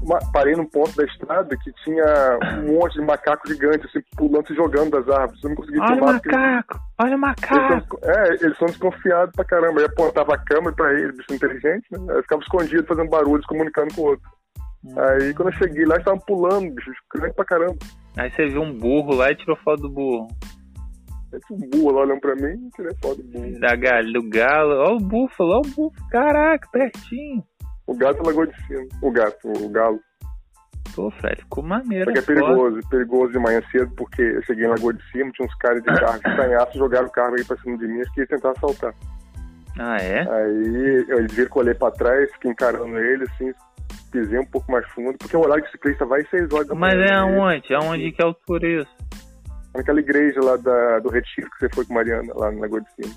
parei num ponto da estrada que tinha um monte de macacos gigantes, assim, pulando, se jogando das árvores. Eu não conseguia Olha o filmar. macaco! Olha o macaco! Eles são desconfiados pra caramba. Eu apontava a câmera pra eles, bicho inteligente, né? Eu ficava escondido, fazendo barulho, se comunicando com o outro. Aí, quando eu cheguei lá, eles estavam pulando, bicho, grande pra caramba. Aí você viu um burro lá e tirou foto do burro. Aí tinha um burro lá olhando pra mim e tirei foto do burro. Do galo. Olha o búfalo, Caraca, pertinho. O gato largou de cima. O galo. Pô, Fred, ficou maneiro. Porque é perigoso de manhã cedo, porque eu cheguei em Lagoa de Cima, tinha uns caras de carro que estranhaço, jogaram o carro aí pra cima de mim, acho que ia tentar assaltar. Ah, é? Aí eles viram que eu olhei pra trás, fiquei encarando ele, assim, pisei um pouco mais fundo, porque o horário que o ciclista vai 6 horas da manhã. Mas é aonde? Aonde que é a altura isso? Naquela igreja lá do Retiro que você foi com Mariana, lá na Lagoa de Cima.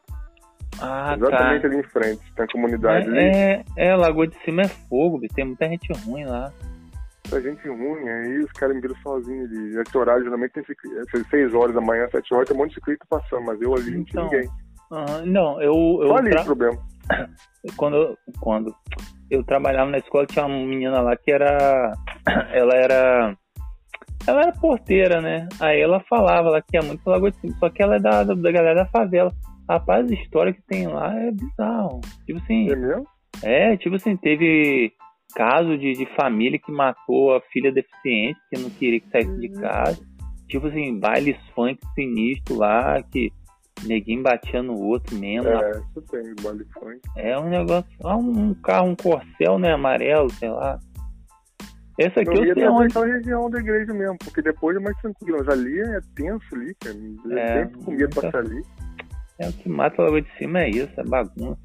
Ah, exatamente ali em frente, tem a comunidade ali. Lagoa de Cima é fogo, tem muita gente ruim lá. Muita gente ruim, aí os caras me viram sozinho ali. Nesse horário, geralmente tem 6 horas da manhã, 7 horas, tem um monte de ciclista passando, mas eu ali não tinha ninguém. Não, eu só ali o problema. Quando eu trabalhava na escola, tinha uma menina lá que ela era porteira, né? Aí ela falava lá que ia muito pra Lagoa de Cima, só que ela é da galera da favela. Rapaz, a história que tem lá é bizarro. Tipo assim... É mesmo? Tipo assim, teve caso de família que matou a filha deficiente, que não queria que saísse de casa. Tipo assim, bailes funk sinistro lá, que neguinho batia no outro mesmo. Isso tem, baile funk. É um negócio... um carro, um Corcel, né, amarelo, sei lá. Esse aqui eu sei onde... naquela região da igreja mesmo, porque depois é mais tranquilo. Mas ali é tenso ali, cara. Eu sempre com medo de passar ali. O que mata Lagoa de Cima é isso, é bagunça.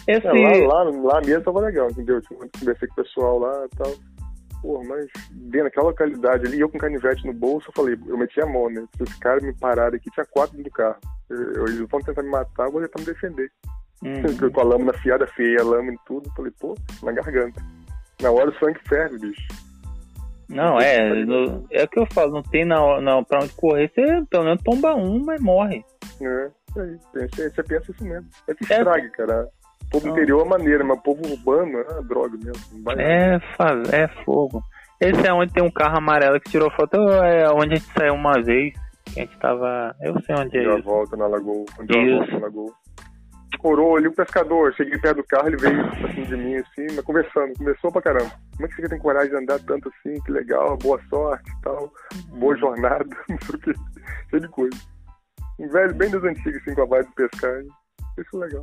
Lá mesmo tava legal, entendeu? Conversei com o pessoal lá e tal. Pô, mas bem naquela localidade ali, eu com canivete no bolso, eu meti a mão, né? Se os caras me pararam aqui, tinha 4 dentro do carro. Eles vão tentar me matar, eu vou tentar me defender. Com a lâmina afiada, feia, a lâmina e tudo. Falei, pô, na garganta. Na hora o sangue ferve, bicho. Não, é o que eu falo, não tem pra onde correr, você pelo menos tomba mas morre. Isso aí, você pensa isso mesmo. É que estrague, cara. O povo interior é maneiro, mas o povo urbano é droga mesmo. É fogo. Esse é onde tem um carro amarelo que tirou foto, é onde a gente saiu uma vez, que a gente tava... Eu sei onde é isso. Deu a volta na lagoa. Corou ali o pescador, cheguei perto do carro, ele veio assim de mim, assim, mas conversou pra caramba. Como é que você tem coragem de andar tanto assim? Que legal, boa sorte e tal, boa jornada, não sei o que, cheio de coisa. Um velho bem das antigas, assim, com a vibe de pescar, isso é legal.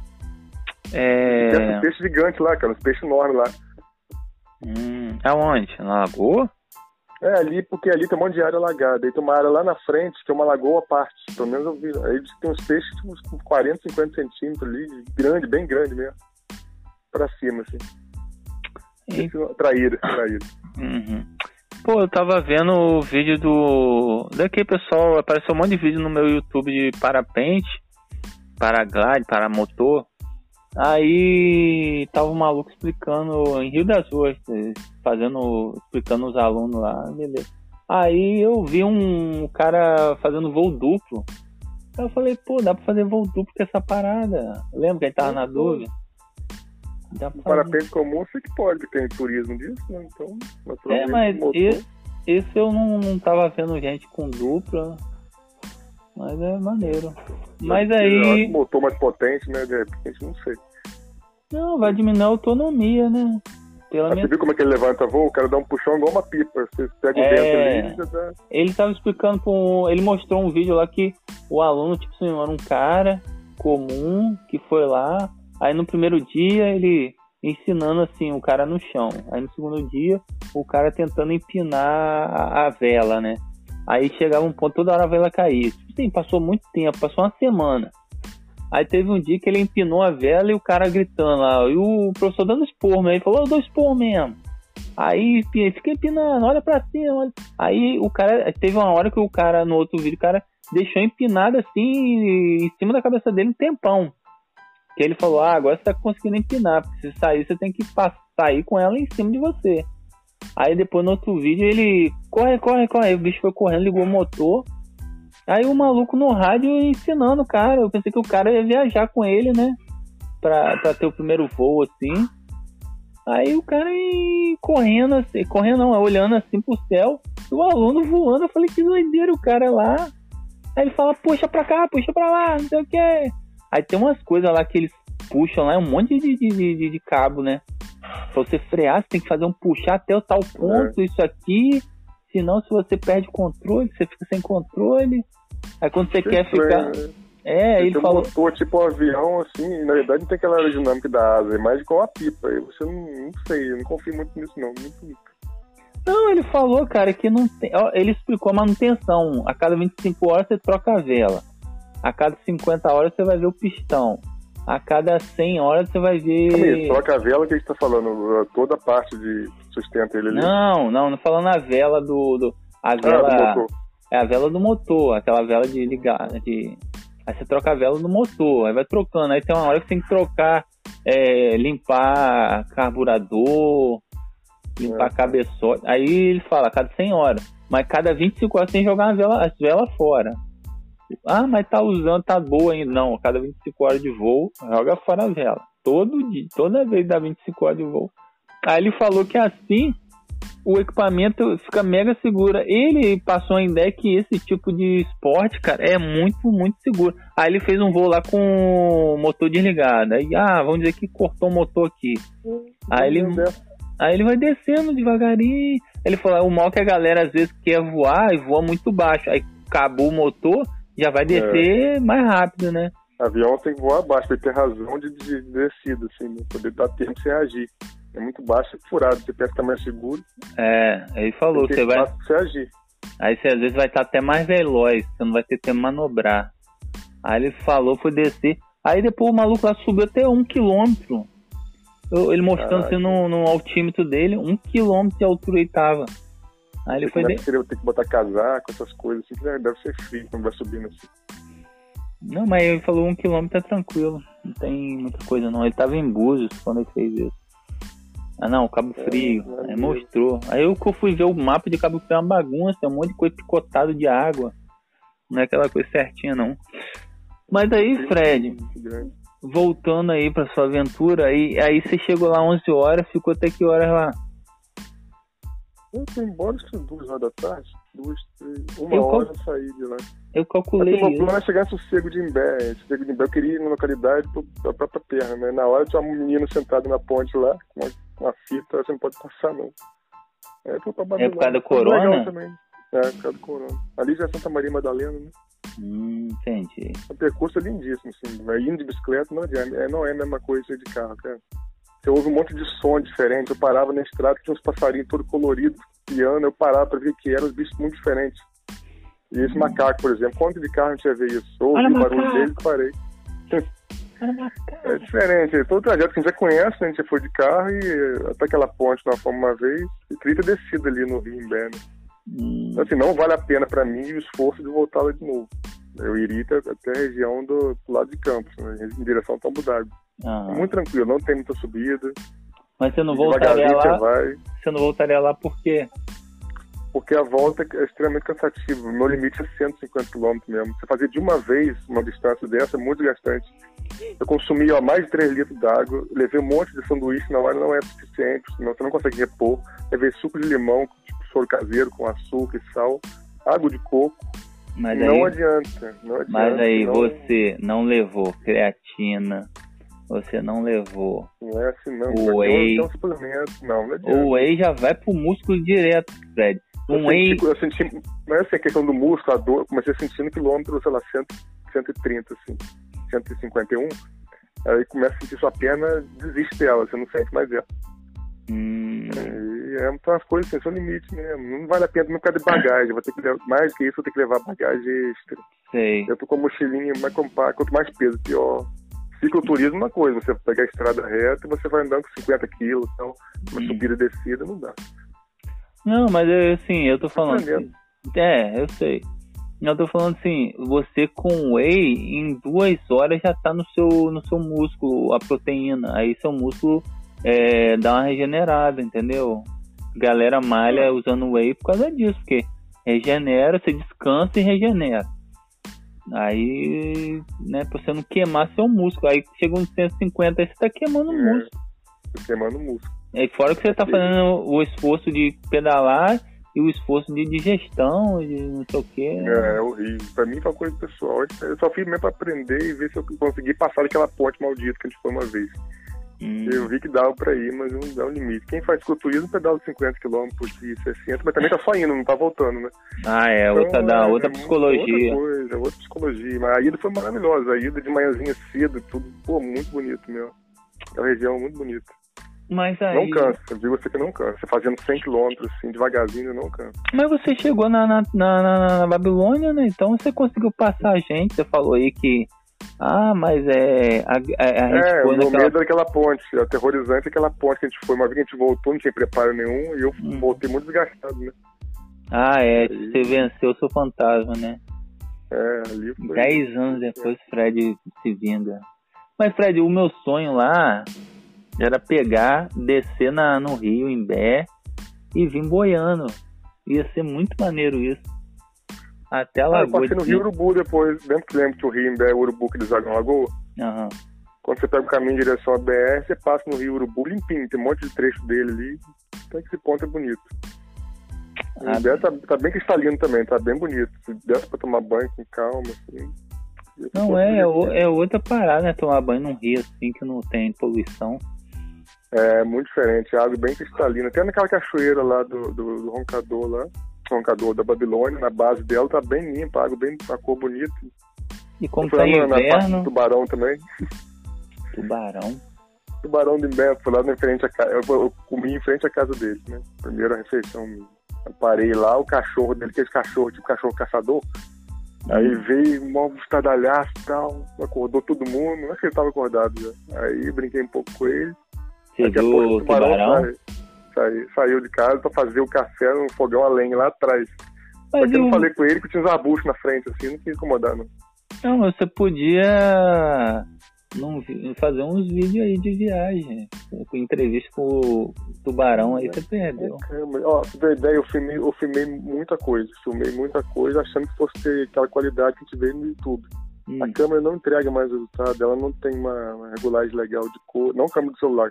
Tem uns peixes gigantes lá, cara, uns peixes enormes lá. Aonde? Na lagoa? Ali, porque ali tem um monte de área alagada. Aí tem uma área lá na frente, que é uma lagoa à parte. Pelo menos eu vi. Aí tem uns peixes tipo, com 40, 50 centímetros ali, grande, bem grande mesmo. Pra cima, assim. Traíra. Pô, eu tava vendo o vídeo daqui, pessoal, apareceu um monte de vídeo no meu YouTube de parapente, paraglide, paramotor. Aí tava um maluco explicando em Rio das Ostras, explicando os alunos lá, beleza. Aí eu vi um cara fazendo voo duplo. Aí eu falei, pô, dá pra fazer voo duplo com essa parada. Lembra que a gente tava na dúvida? Parapente comum, eu sei que pode, porque tem turismo disso, né? Então, mas esse eu não tava vendo gente com dupla. Mas é maneiro. Mas aí... motor mais potente, né? De repente, não sei. Não, vai diminuir a autonomia, né? Você viu como é que ele levanta voo? O cara dá um puxão igual uma pipa. Você pega o vento ali e já dá... Ele tava explicando ele mostrou um vídeo lá que o aluno, tipo assim, era um cara comum que foi lá. Aí no primeiro dia ele ensinando assim o cara no chão. Aí no segundo dia o cara tentando empinar a vela, né? Aí chegava um ponto, toda hora a vela caía. Sim, passou muito tempo, passou uma semana. Aí teve um dia que ele empinou a vela e o cara gritando lá. E o professor dando esporro, né? Ele falou, eu dou esporro mesmo. Aí fica empinando, olha pra cima. Olha. Aí o cara, teve uma hora que o cara, no outro vídeo, o cara deixou empinado assim, em cima da cabeça dele um tempão. Que ele falou, agora você tá conseguindo empinar, porque se sair, você tem que sair com ela em cima de você. Aí depois no outro vídeo ele corre. Aí o bicho foi correndo, ligou o motor. Aí o maluco no rádio ensinando o cara. Eu pensei que o cara ia viajar com ele, né? Pra ter o primeiro voo, assim. Aí o cara correndo assim, correndo não, olhando assim pro céu, e o aluno voando. Eu falei, que doideira, o cara lá. Aí ele fala, puxa pra cá, puxa pra lá, não sei o que. Aí tem umas coisas lá que eles puxam lá, um monte de cabo, né? Pra você frear, você tem que fazer um puxar até o tal ponto, isso aqui. Senão, se você perde o controle, você fica sem controle. Aí quando você quer ficar... ele falou... motor, tipo um avião, assim, na verdade não tem aquela aerodinâmica da asa, é mais com a pipa. Aí você não sei, eu não confio muito nisso não. Não, ele falou, cara, que não tem... Ele explicou a manutenção. A cada 25 horas você troca a vela. A cada 50 horas você vai ver o pistão. A cada 100 horas você vai ver... Também, troca a vela, que a gente tá falando? Toda a parte de sustenta ele ali? Não falando a vela a vela... do motor. É a vela do motor, aquela vela de ligar, Aí você troca a vela do motor, aí vai trocando. Aí tem uma hora que você tem que trocar, limpar carburador, limpar cabeçote. Aí ele fala, a cada 100 horas. Mas cada 25 horas você tem que jogar as velas fora. Ah, mas tá usando, tá boa ainda. Não, a cada 25 horas de voo, joga fora a vela. Todo dia, toda vez dá 25 horas de voo. Aí ele falou que assim o equipamento fica mega seguro. Ele passou a ideia que esse tipo de esporte, cara, é muito, muito seguro. Aí ele fez um voo lá com o motor desligado. Aí, vamos dizer que cortou o motor aqui. Aí ele vai descendo devagarinho. Ele falou, o mal que a galera às vezes quer voar e voa muito baixo. Aí acabou o motor, já vai descer mais rápido, né? Avião tem que voar baixo, vai ter razão de descida, assim, né? Poder dar tempo sem reagir. É muito baixo e furado, você pensa que tá mais seguro. Ele falou, você vai... Você agir. Aí você às vezes vai estar até mais veloz, você não vai ter tempo de manobrar. Aí ele falou, foi descer. Aí depois o maluco lá subiu até 1 quilômetro. Ele mostrando assim no altímetro dele, 1 quilômetro de altura ele tava. Aí ele foi... Ter que botar casaco, essas coisas assim, que deve ser frio quando vai subindo assim. Não, mas ele falou 1 quilômetro é tranquilo, não tem muita coisa não. Ele tava em Búzios quando ele fez isso. Não, Cabo Frio, aí mostrou. Aí eu fui ver o mapa de Cabo Frio, é uma bagunça, um monte de coisa picotada de água. Não é aquela coisa certinha, não. Mas aí, Fred, voltando aí pra sua aventura, aí você chegou lá 11 horas, ficou até que horas lá? Eu fui embora, acho que 2 horas da tarde, 2, 3, 1 hora eu saí de lá. Eu calculei isso. O meu plano é chegar em Sossego de Imbé. Sossego de Imbé eu queria ir na localidade pra própria terra, né? Na hora tinha um menino sentado na ponte lá, com uma fita, você não pode passar não. Aí foi pra Babilônia. É por causa do corona? Também. É, por causa do corona. Ali já é Santa Maria Madalena, né? Entendi. O percurso é lindíssimo, assim. Indo de bicicleta não adianta, não é a mesma coisa de carro, cara. Você ouve um monte de som diferente. Eu parava na estrada, tinha uns passarinhos todo coloridos, piano, eu parava pra ver o que era, os bichos muito diferentes. E esse macaco, por exemplo, quanto de carro a gente ia ver isso? Eu ouvi o barulho dele e parei. É diferente, todo o trajeto que a gente já conhece, né? A gente já foi de carro e até aquela ponte nós fomos uma vez e queria ter descido ali no Rio Imbé, né? Então, assim, não vale a pena pra mim o esforço de voltar lá de novo. Eu iria até a região do lado de Campos, né? Em direção ao Tambo d'Água. É muito tranquilo, não tem muita subida. Mas você não voltaria lá? Você não voltaria lá por quê? Porque a volta é extremamente cansativa. O meu limite é 150 km mesmo. Você fazer de uma vez uma distância dessa é muito desgastante. Eu consumi mais de 3 litros d'água, levei um monte de sanduíche, na hora não é suficiente, senão você não consegue repor. Levei suco de limão, tipo soro caseiro, com açúcar e sal, água de coco. Mas não adianta. Mas aí você não levou creatina, você não levou não é assim, não. O whey. Não, suplemento, não adianta. O whey já vai pro músculo direto, Fred. Eu senti, não é assim a questão do músculo, a dor, comecei a sentir no quilômetro, sei lá, 130, assim, 151. Aí começa a sentir sua perna, desiste dela, você não sente mais ela. Então as coisas assim, são limites mesmo. Não vale a pena não ficar de bagagem. Vou ter que levar, mais que isso, eu tenho que levar bagagem extra. Sei. Eu tô com a mochilinha mais compacta, quanto mais peso, pior. Cicloturismo é uma coisa, você pegar a estrada reta e você vai andando com 50 quilos, então uma subida e descida não dá. Não, mas assim, eu tô falando assim, eu sei. Eu tô falando assim, você com whey, em 2 horas já tá no seu músculo, a proteína. Aí seu músculo dá uma regenerada, entendeu? Galera malha usando whey por causa disso, porque regenera, você descansa e regenera. Aí, né, pra você não queimar seu músculo. Aí chega uns 150, aí você tá queimando o músculo. Tá queimando o músculo. E fora que você tá fazendo o esforço de pedalar e o esforço de digestão, de não sei o quê. É horrível. Pra mim foi uma coisa pessoal. Eu só fiz mesmo pra aprender e ver se eu consegui passar daquela ponte maldita que a gente foi uma vez. Eu vi que dava pra ir, mas não dá um limite. Quem faz culturismo pedala 50 km por dia, 60, mas também tá só indo, não tá voltando, né? Então, outra psicologia. Outra psicologia. Mas a ida foi maravilhosa. A ida de manhãzinha cedo, tudo, pô, muito bonito, meu. É uma região muito bonita. Mas aí... Não cansa, eu digo você que não cansa. Você fazendo 100 km, assim, devagarzinho, não cansa. Mas você chegou na Babilônia, né? Então você conseguiu passar a gente. Você falou aí que... mas a gente foi no meio daquela ponte. Aterrorizante aquela ponte que a gente foi. Uma vez que a gente voltou, não tinha preparo nenhum. E eu voltei muito desgastado, né? Você venceu o seu fantasma, né? Ali foi... 10 anos depois, Fred se vinga. Mas, Fred, o meu sonho lá... era pegar, descer no Rio, em Bé, e vir boiando. Ia ser muito maneiro isso. Até a Lagoa. Eu passei no Rio Urubu depois. Lembra que o Rio em Bé é o Urubu que desagam a Lagoa? Uhum. Quando você pega o caminho em direção à BR, você passa no Rio Urubu limpinho. Tem um monte de trecho dele ali. Até que esse ponto é bonito. O Bé tá bem cristalino também, tá bem bonito. Se desce pra tomar banho com calma, assim. Não, é outra parada, né? Tomar banho num rio assim que não tem poluição. É muito diferente, a água bem cristalina. Até naquela cachoeira lá do Roncador lá, Roncador da Babilônia, na base dela tá bem limpa, a cor bonita. E como tá inverno... Tubarão também. Tubarão de Beto, foi lá na frente a casa. Eu comi em frente à casa dele, né? Primeira refeição. Eu parei lá, o cachorro dele, aquele cachorro, tipo cachorro caçador. Aí veio um estardalhaço e tal, acordou todo mundo, acho que ele tava acordado já. Aí brinquei um pouco com ele. Daqui a pouco o tubarão saiu de casa pra fazer o café no fogão a lenha lá atrás. Só que eu não falei com ele que tinha uns arbustos na frente, assim, não quis incomodar, não. Não, você podia fazer uns vídeos aí de viagem, com entrevista com o tubarão, aí você perdeu. Ó, pra ter ideia, eu filmei muita coisa, achando que fosse ter aquela qualidade que a gente vê no YouTube. A câmera não entrega mais resultado, ela não tem uma regulagem legal de cor, não câmera do celular,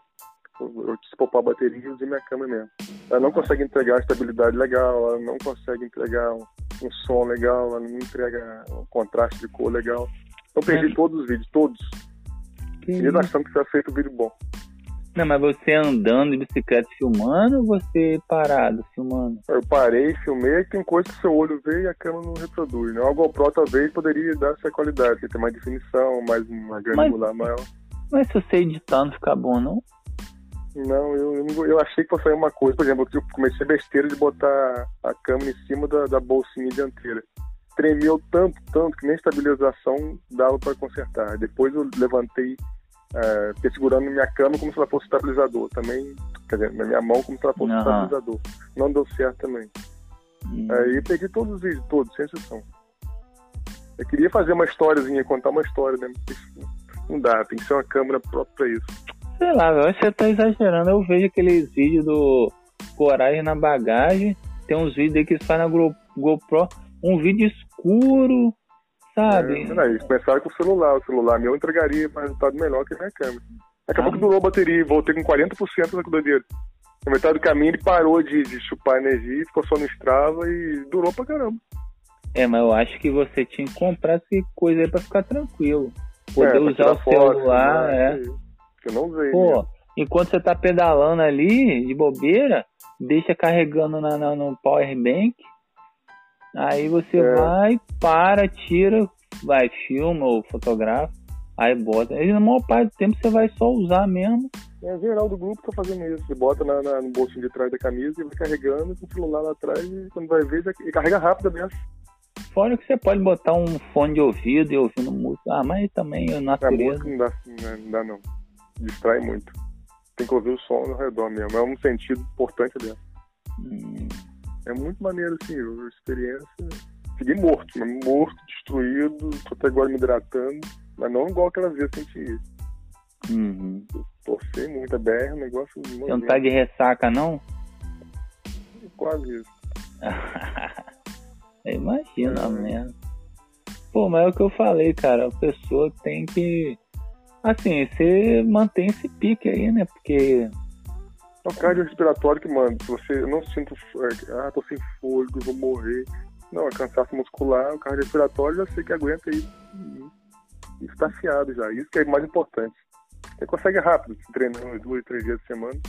eu quis poupar a bateria e usei minha câmera mesmo. Ela não consegue entregar a estabilidade legal, ela não consegue entregar um som legal, ela não entrega um contraste de cor legal. Eu perdi todos os vídeos, todos. Mesmo achando que foi feito um vídeo bom. Não, mas você andando de bicicleta filmando ou você parado filmando? Eu parei, filmei, tem coisa que seu olho vê e a câmera não reproduz, né? A GoPro talvez poderia dar essa qualidade, ter mais definição, mais uma grande angular maior. Mas se você editar não ficar bom, não? Não, eu achei que fosse sair uma coisa. Por exemplo, eu comecei a besteira de botar a câmera em cima da bolsinha dianteira. Tremeu tanto que nem estabilização dava para consertar. Depois eu levantei, fiquei segurando minha câmera como se ela fosse estabilizador. Também, quer dizer, na minha mão como se ela fosse estabilizador. Não deu certo também. Aí perdi todos os vídeos, todos, sem exceção. Eu queria fazer uma historiazinha, contar uma história, né? Não dá, tem que ser uma câmera própria pra isso. Sei lá, eu acho que você tá exagerando. Eu vejo aqueles vídeos do Coragem na Bagagem. Tem uns vídeos aí que eles fazem na GoPro. Um vídeo escuro, sabe? Eles começaram com o celular. O celular meu entregaria um resultado melhor que a minha câmera. Daqui a pouco durou a bateria. Voltei com 40% da doideira. Na metade do caminho ele parou de chupar energia, ficou só no Strava e durou pra caramba. Mas eu acho que você tinha que comprar essa coisa aí pra ficar tranquilo. Poder usar o celular, Eu não usei. Enquanto você tá pedalando ali, de bobeira, deixa carregando no power bank. Aí você vai, tira, filma ou fotografa, aí bota. Aí na maior parte do tempo você vai só usar mesmo. Geral do grupo tá fazendo isso. Você bota no bolsinho de trás da camisa e vai carregando com o celular lá atrás e quando vai ver, já carrega rápido mesmo. Fora que você pode botar um fone de ouvido e ouvindo música. Mas também a natureza. A música não dá não. Distrai muito. Tem que ouvir o som ao redor mesmo. É um sentido importante dela. É muito maneiro, assim, a experiência. Fiquei morto, destruído, tô até agora me hidratando, mas não igual aquela vez que eu senti isso. Torcei muito, a BR é um negócio... Você não tá de ressaca, não? Quase isso. Eu imagino, mesmo. Mas é o que eu falei, cara, a pessoa tem que... Assim, você mantém esse pique aí, né? Porque É o cardiorrespiratório que manda. Se você não sinto, tô sem fôlego, vou morrer. Não, é cansaço muscular, o cardiorrespiratório já sei que aguenta aí. Isso tá afiado já. Isso que é mais importante. Você consegue rápido, treinando 2, 3 dias de semana.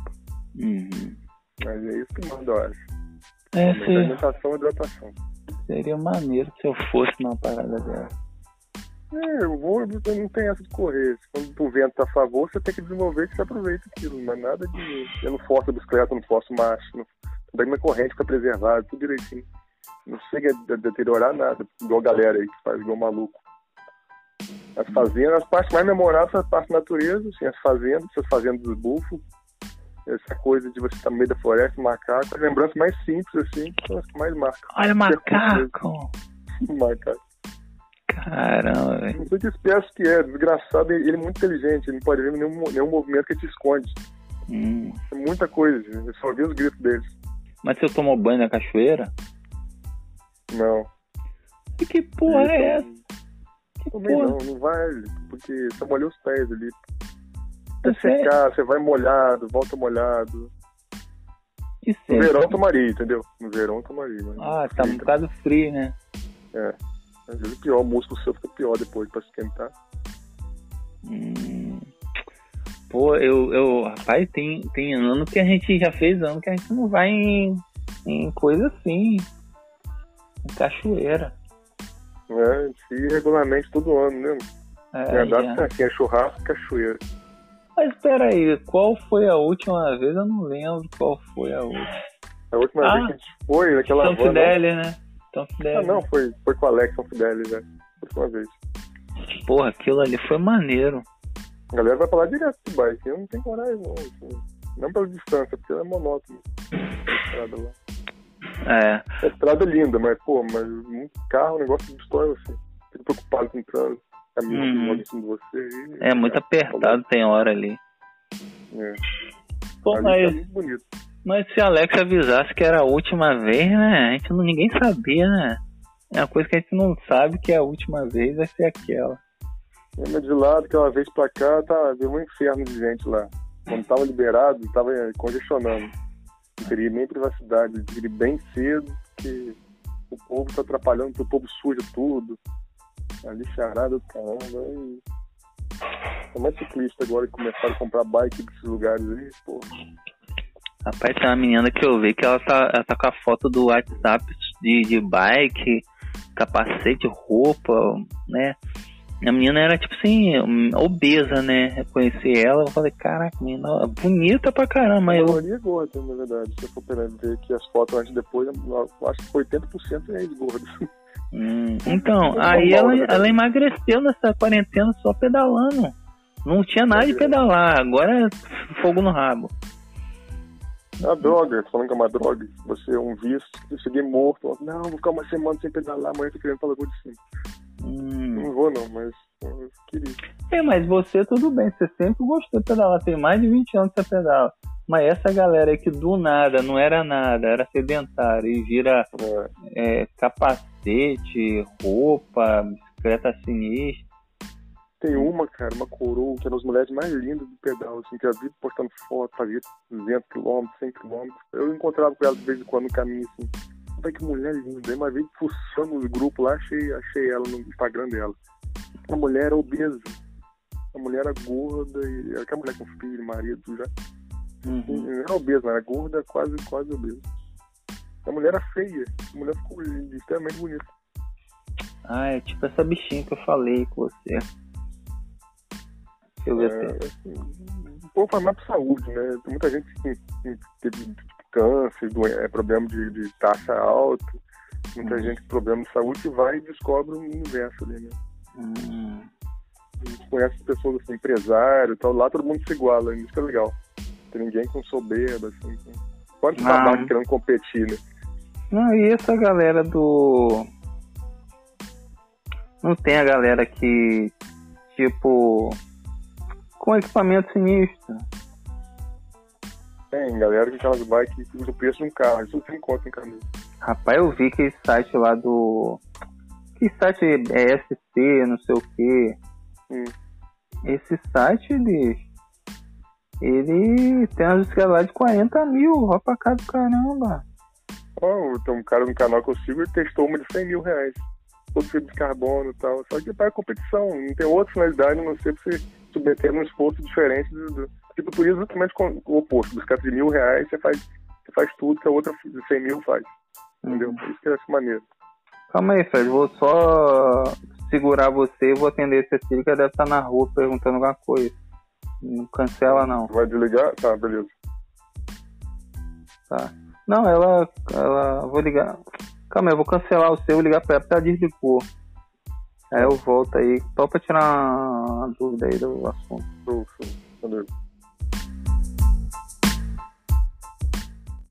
Mas é isso que manda, eu acho. Alimentação e hidratação. Seria maneiro se eu fosse numa parada dela. Eu não tenho essa de correr. Quando o vento tá a favor, você tem que desenvolver que você aproveita aquilo. Não é nada de. Eu não forço a bicicleta, não forço marcha. Daí minha corrente fica preservada, tudo direitinho. Não chega a deteriorar nada, igual a galera aí que faz igual maluco. As fazendas, as partes mais memoráveis são as partes da natureza, assim, as fazendas dos búfalos, essa coisa de você estar no meio da floresta, macaco, as lembranças mais simples, assim, são as que mais marcam. Olha, macaco! Macaco. Caramba, velho. Não sei que espécie que é, desgraçado, ele é muito inteligente, ele não pode ver nenhum movimento que te esconde. É muita coisa, eu só vi os gritos deles. Mas você tomou banho na cachoeira? Não. E que porra é essa? Também não vai, porque você molhou os pés ali. Até secar, você vai molhado, volta molhado. No verão tomaria, entendeu? No verão tomaria. Tá um bocado frio, né? Às vezes pior, o músculo seu fica pior depois pra esquentar. Pô, rapaz, tem ano que a gente já fez ano que a gente não vai em coisa assim, em cachoeira. Se regularmente todo ano, né? É churrasco e cachoeira. Mas espera aí, qual foi a última vez? Eu não lembro qual foi a última. A última vez que a gente foi, naquela São Fidélia, né? São Fidélia. Não, foi com o Alex São Fidélia, já. Última vez. Porra, aquilo ali foi maneiro. A galera vai pra lá direto de bike. Eu não tenho coragem, não. Assim. Não pela distância, porque ela é monótona. A estrada lá. A estrada é linda, mas um carro, um negócio de destrói você. Fica preocupado com o trânsito. Caminho que roda em cima de você. Muito apertado, tem hora ali. Pô, ali muito bonito. Mas se a Alex avisasse que era a última vez, né? Ninguém sabia, né? É uma coisa que a gente não sabe, que a última vez vai ser aquela. Mas de lá, daquela vez pra cá, deu um inferno de gente lá. Quando tava liberado, tava congestionando. Não teria nem privacidade. Eu diria bem cedo que o povo tá atrapalhando, porque o povo suja tudo. A lixarada do caramba. Tem mais ciclista agora que começaram a comprar bike desses lugares aí, pô. Rapaz, tem uma menina que eu vi que ela tá com a foto do WhatsApp de bike, capacete, roupa, né? A menina era tipo assim, obesa, né? Eu conheci ela, eu falei, caraca, menina, bonita pra caramba. A maioria é gorda, na verdade. Se eu for ver aqui as fotos antes e depois, eu acho que 80% é gordo. Então, aí ela emagreceu nessa quarentena só pedalando. Não tinha nada de pedalar, agora é fogo no rabo. É uma droga, falando que é uma droga. Você é um vício, eu cheguei morto, não, vou ficar uma semana sem pedalar, amanhã eu tô querendo falar de cima. Não vou não, mas eu queria. Mas você tudo bem, você sempre gostou de pedalar, tem mais de 20 anos que você pedala. Mas essa galera aí que do nada, não era nada, era sedentária e vira capacete, roupa, bicicleta sinistra. Tem uma coroa, que é uma das mulheres mais lindas do pedal, assim, que eu vi postando foto, fazia 200 km, 100 km. Eu encontrava com ela de vez em quando no caminho, assim. Olha que mulher linda. Aí uma vez fuçando os grupos lá, achei ela no Instagram dela. A mulher era obesa. A mulher era gorda, e era aquela mulher com filho, marido, já. Não era obesa, não era gorda, quase obesa. A mulher era feia. A mulher ficou extremamente bonita. É tipo essa bichinha que eu falei com você. Deixa eu ver o povo faz mais pra saúde, né? Tem muita gente que teve câncer, problema de taxa alta. Muita gente com problema de saúde que vai e descobre um universo ali, né? A gente conhece pessoas assim, empresário e tal. Lá todo mundo se iguala, isso que é legal. Não tem ninguém com soberba, assim. Pode acabar querendo competir, né? Não, e essa galera do... Não tem a galera que, tipo, com equipamento sinistro. Tem galera que aquelas bikes que usa o preço de um carro, isso tem conta em caminho. Rapaz, eu vi que esse site lá do... Que site é SC, não sei o quê. Esse site, bicho, Ele tem uma bicicleta lá de 40 mil, ó pra cá do caramba. Tem um cara no canal que eu sigo, ele testou uma de 100 mil reais. Todo fibra de carbono e tal. Só que para competição, não tem outra finalidade, a não ser pra você submeter num esforço diferente tipo, por isso exatamente o oposto. Bicicleta de R$ 1.000, você faz tudo que a outra de 100 mil faz. Entendeu? Por isso que é essa maneira. Calma aí, Fred, vou só segurar você e vou atender esse filho que deve estar na rua perguntando alguma coisa. Não cancela, não. Vai desligar? Tá, beleza. Tá. Não, ela... Vou ligar... Calma aí, eu vou cancelar o seu e ligar pra ela, porque ela desligou. Aí eu volto aí, só pra tirar uma dúvida aí do assunto. Valeu.